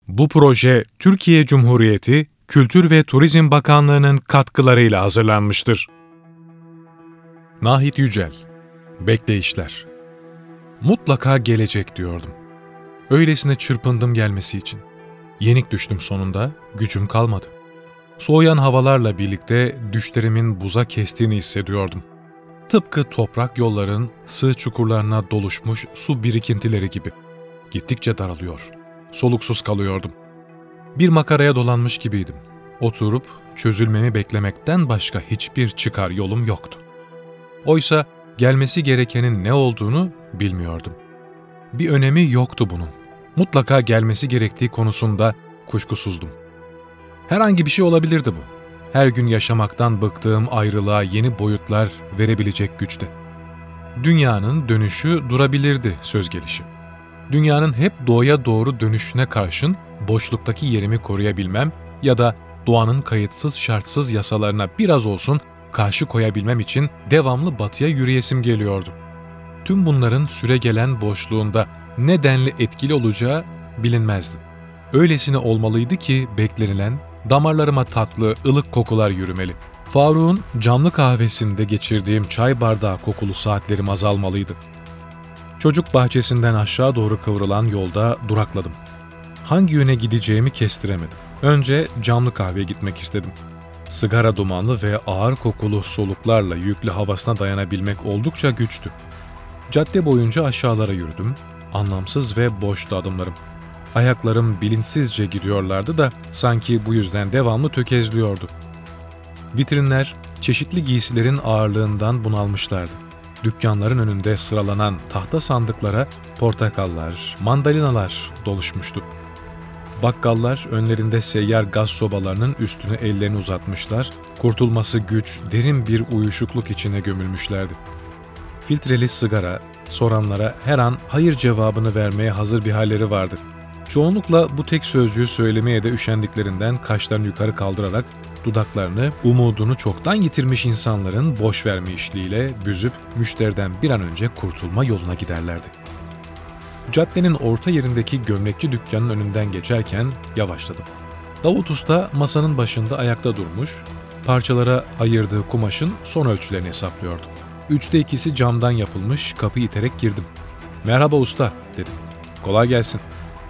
Bu proje Türkiye Cumhuriyeti Kültür ve Turizm Bakanlığı'nın katkılarıyla hazırlanmıştır. Nahit Yücel, Bekleyişler. Mutlaka gelecek diyordum. Öylesine çırpındım gelmesi için. Yenik düştüm sonunda, gücüm kalmadı. Soğuyan havalarla birlikte düşlerimin buza kestiğini hissediyordum. Tıpkı toprak yolların sığ çukurlarına doluşmuş su birikintileri gibi. Gittikçe daralıyor, soluksuz kalıyordum. Bir makaraya dolanmış gibiydim. Oturup çözülmemi beklemekten başka hiçbir çıkar yolum yoktu. Oysa gelmesi gerekenin ne olduğunu bilmiyordum. Bir önemi yoktu bunun. Mutlaka gelmesi gerektiği konusunda kuşkusuzdum. Herhangi bir şey olabilirdi bu. Her gün yaşamaktan bıktığım ayrılığa yeni boyutlar verebilecek güçte. Dünyanın dönüşü durabilirdi söz gelişi. Dünyanın hep doğuya doğru dönüşüne karşın boşluktaki yerimi koruyabilmem ya da doğanın kayıtsız şartsız yasalarına biraz olsun karşı koyabilmem için devamlı batıya yürüyesim geliyordu. Tüm bunların süregelen boşluğunda ne denli etkili olacağı bilinmezdi. Öylesine olmalıydı ki beklenilen, damarlarıma tatlı, ılık kokular yürümeli. Faruk'un camlı kahvesinde geçirdiğim çay bardağı kokulu saatlerim azalmalıydı. Çocuk bahçesinden aşağı doğru kıvrılan yolda durakladım. Hangi yöne gideceğimi kestiremedim. Önce camlı kahveye gitmek istedim. Sigara dumanlı ve ağır kokulu soluklarla yüklü havasına dayanabilmek oldukça güçtü. Cadde boyunca aşağılara yürüdüm. Anlamsız ve boştu adımlarım. Ayaklarım bilinçsizce gidiyorlardı da sanki bu yüzden devamlı tökezliyordu. Vitrinler çeşitli giysilerin ağırlığından bunalmışlardı. Dükkanların önünde sıralanan tahta sandıklara portakallar, mandalinalar doluşmuştu. Bakkallar önlerinde seyyar gaz sobalarının üstüne ellerini uzatmışlar, kurtulması güç, derin bir uyuşukluk içine gömülmüşlerdi. Filtreli sigara, soranlara her an hayır cevabını vermeye hazır bir halleri vardı. Çoğunlukla bu tek sözcüğü söylemeye de üşendiklerinden kaşlarını yukarı kaldırarak dudaklarını, umudunu çoktan yitirmiş insanların boş verme işliğiyle büzüp müşteriden bir an önce kurtulma yoluna giderlerdi. Caddenin orta yerindeki gömlekçi dükkanın önünden geçerken yavaşladım. Davut Usta masanın başında ayakta durmuş, parçalara ayırdığı kumaşın son ölçülerini hesaplıyordu. 2/3 camdan yapılmış, kapıyı iterek girdim. "Merhaba usta," dedim. "Kolay gelsin."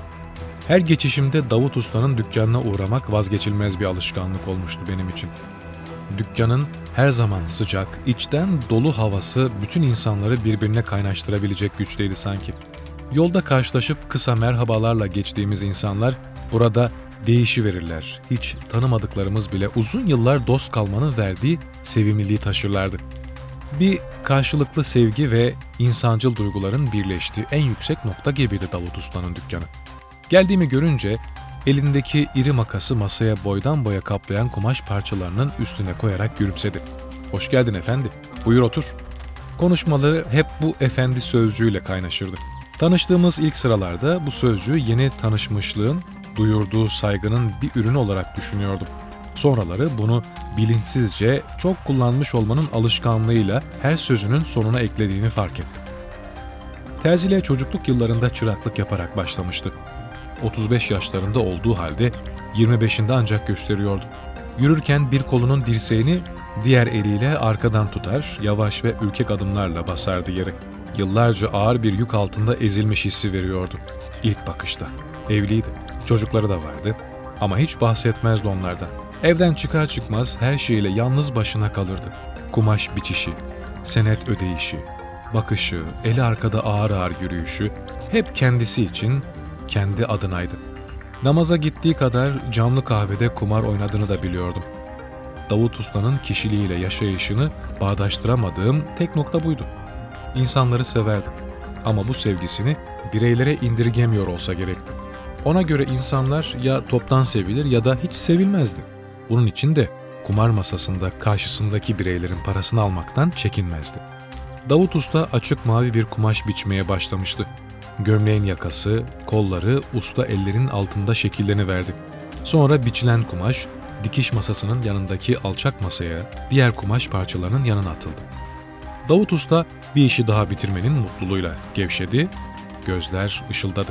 Her geçişimde Davut Usta'nın dükkanına uğramak vazgeçilmez bir alışkanlık olmuştu benim için. Dükkanın her zaman sıcak, içten dolu havası bütün insanları birbirine kaynaştırabilecek güçteydi sanki. Yolda karşılaşıp kısa merhabalarla geçtiğimiz insanlar burada değişiverirler. Hiç tanımadıklarımız bile uzun yıllar dost kalmanın verdiği sevimliliği taşırlardı. Bir karşılıklı sevgi ve insancıl duyguların birleştiği en yüksek nokta gibiydi Davut Usta'nın dükkanı. Geldiğimi görünce elindeki iri makası masaya boydan boya kaplayan kumaş parçalarının üstüne koyarak gülümsedi. "Hoş geldin efendi, buyur otur." Konuşmaları hep bu efendi sözcüğüyle kaynaşırdı. Tanıştığımız ilk sıralarda bu sözcüğü yeni tanışmışlığın duyurduğu saygının bir ürünü olarak düşünüyordum. Sonraları bunu bilinçsizce çok kullanmış olmanın alışkanlığıyla her sözünün sonuna eklediğini fark ettim. Terziliğe çocukluk yıllarında çıraklık yaparak başlamıştı. 35 yaşlarında olduğu halde 25'inde ancak gösteriyordu. Yürürken bir kolunun dirseğini diğer eliyle arkadan tutar, yavaş ve ürkek adımlarla basardı yere. Yıllarca ağır bir yük altında ezilmiş hissi veriyordu. İlk bakışta. Evliydi, çocukları da vardı ama hiç bahsetmezdi onlardan. Evden çıkar çıkmaz her şeyle yalnız başına kalırdı. Kumaş biçişi, senet ödeyişi, bakışı, eli arkada ağır ağır yürüyüşü hep kendisi için, kendi adınaydı. Namaza gittiği kadar camlı kahvede kumar oynadığını da biliyordum. Davut Usta'nın kişiliğiyle yaşayışını bağdaştıramadığım tek nokta buydu. İnsanları severdi ama bu sevgisini bireylere indirgemiyor olsa gerekti. Ona göre insanlar ya toptan sevilir ya da hiç sevilmezdi. Bunun için de kumar masasında karşısındaki bireylerin parasını almaktan çekinmezdi. Davut Usta açık mavi bir kumaş biçmeye başlamıştı. Gömleğin yakası, kolları usta ellerin altında şekillerini verdi. Sonra biçilen kumaş dikiş masasının yanındaki alçak masaya, diğer kumaş parçalarının yanına atıldı. Davut Usta bir işi daha bitirmenin mutluluğuyla gevşedi, gözler ışıldadı.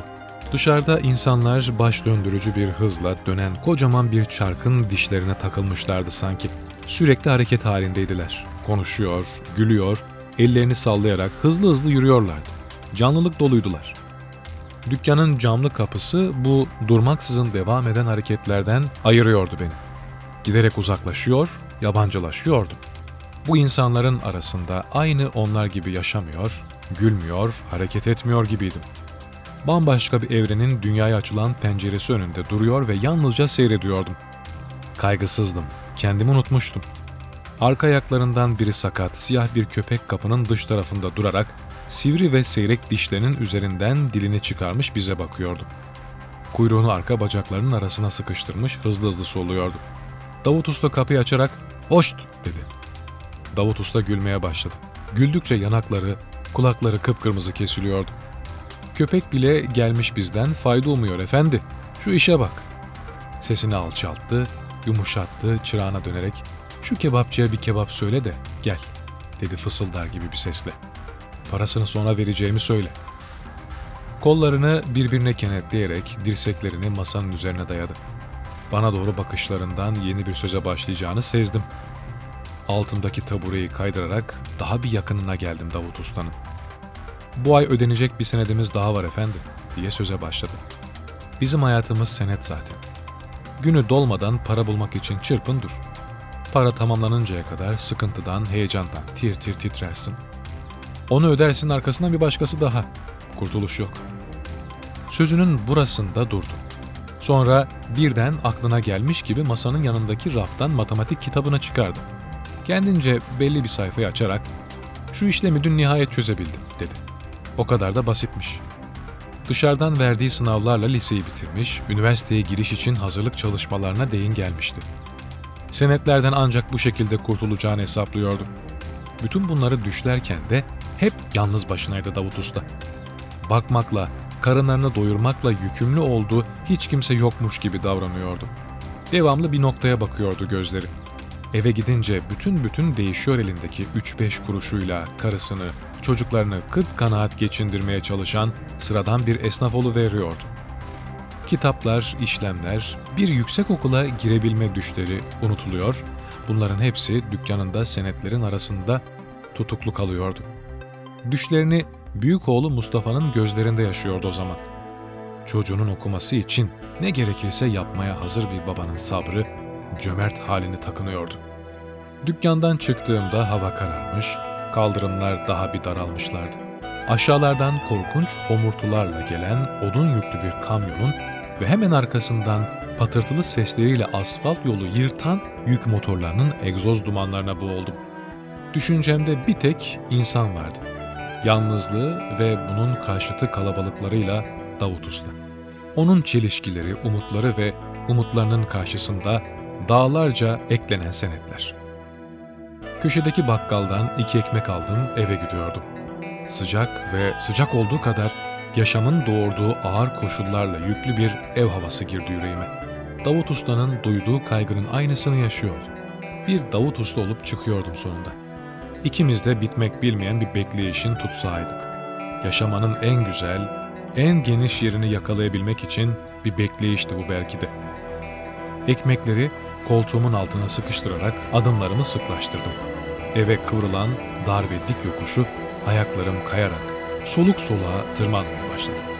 Dışarıda insanlar baş döndürücü bir hızla dönen kocaman bir çarkın dişlerine takılmışlardı sanki. Sürekli hareket halindeydiler. Konuşuyor, gülüyor, ellerini sallayarak hızlı hızlı yürüyorlardı. Canlılık doluydular. Dükkanın camlı kapısı bu durmaksızın devam eden hareketlerden ayırıyordu beni. Giderek uzaklaşıyor, yabancılaşıyordum. Bu insanların arasında aynı onlar gibi yaşamıyor, gülmüyor, hareket etmiyor gibiydim. Bambaşka bir evrenin dünyaya açılan penceresi önünde duruyor ve yalnızca seyrediyordum. Kaygısızdım, kendimi unutmuştum. Arka ayaklarından biri sakat, siyah bir köpek kapının dış tarafında durarak sivri ve seyrek dişlerinin üzerinden dilini çıkarmış bize bakıyordu. Kuyruğunu arka bacaklarının arasına sıkıştırmış hızlı hızlı soluyordu. Davut Usta kapıyı açarak "Hoşt!" dedi. Davut Usta gülmeye başladı. Güldükçe yanakları, kulakları kıpkırmızı kesiliyordu. "Köpek bile gelmiş bizden fayda umuyor efendi. Şu işe bak." Sesini alçalttı, yumuşattı çırağına dönerek "Şu kebapçıya bir kebap söyle de gel." dedi fısıldar gibi bir sesle. "Parasını sonra vereceğimi söyle." Kollarını birbirine kenetleyerek dirseklerini masanın üzerine dayadı. Bana doğru bakışlarından yeni bir söze başlayacağını sezdim. Altımdaki tabureyi kaydırarak daha bir yakınına geldim Davut Usta'nın. "Bu ay ödenecek bir senedimiz daha var efendi," diye söze başladı. "Bizim hayatımız senet zaten. Günü dolmadan para bulmak için çırpın dur. Para tamamlanıncaya kadar sıkıntıdan, heyecandan tir tir titrersin. Onu ödersin arkasından bir başkası daha. Kurtuluş yok." Sözünün burasında durdu. Sonra birden aklına gelmiş gibi masanın yanındaki raftan matematik kitabını çıkardı. Kendince belli bir sayfayı açarak "Şu işlemi dün nihayet çözebildim," dedi. O kadar da basitmiş. Dışarıdan verdiği sınavlarla liseyi bitirmiş, üniversiteye giriş için hazırlık çalışmalarına değin gelmişti. Senetlerden ancak bu şekilde kurtulacağını hesaplıyordu. Bütün bunları düşlerken de hep yalnız başınaydı Davut Usta. Bakmakla, karınlarını doyurmakla yükümlü olduğu hiç kimse yokmuş gibi davranıyordu. Devamlı bir noktaya bakıyordu gözleri. Eve gidince bütün değişiyor elindeki 3-5 kuruşuyla karısını, çocuklarını kıt kanaat geçindirmeye çalışan sıradan bir esnaf oluveriyordu. Kitaplar, işlemler, bir yüksekokula girebilme düşleri unutuluyor, bunların hepsi dükkanında senetlerin arasında tutuklu kalıyordu. Düşlerini büyük oğlu Mustafa'nın gözlerinde yaşıyordu o zaman. Çocuğunun okuması için ne gerekirse yapmaya hazır bir babanın sabrı, cömert halini takınıyordu. Dükkandan çıktığımda hava kararmış, kaldırımlar daha bir daralmışlardı. Aşağılardan korkunç homurtularla gelen odun yüklü bir kamyonun ve hemen arkasından patırtılı sesleriyle asfalt yolu yırtan yük motorlarının egzoz dumanlarına boğuldum. Düşüncemde bir tek insan vardı. Yalnızlığı ve bunun karşıtı kalabalıklarıyla Davut Usta. Onun çelişkileri, umutları ve umutlarının karşısında dağlarca eklenen senetler. Köşedeki bakkaldan 2 ekmek aldım, eve gidiyordum. Sıcak ve sıcak olduğu kadar yaşamın doğurduğu ağır koşullarla yüklü bir ev havası girdi yüreğime. Davut Usta'nın duyduğu kaygının aynısını yaşıyordum. Bir Davut Usta olup çıkıyordum sonunda. İkimiz de bitmek bilmeyen bir bekleyişin tutsağıydık. Yaşamanın en güzel, en geniş yerini yakalayabilmek için bir bekleyişti bu belki de. Ekmekleri koltuğumun altına sıkıştırarak adımlarımı sıklaştırdım. Eve kıvrılan dar ve dik yokuşu ayaklarım kayarak soluk soluğa tırmanmaya başladım.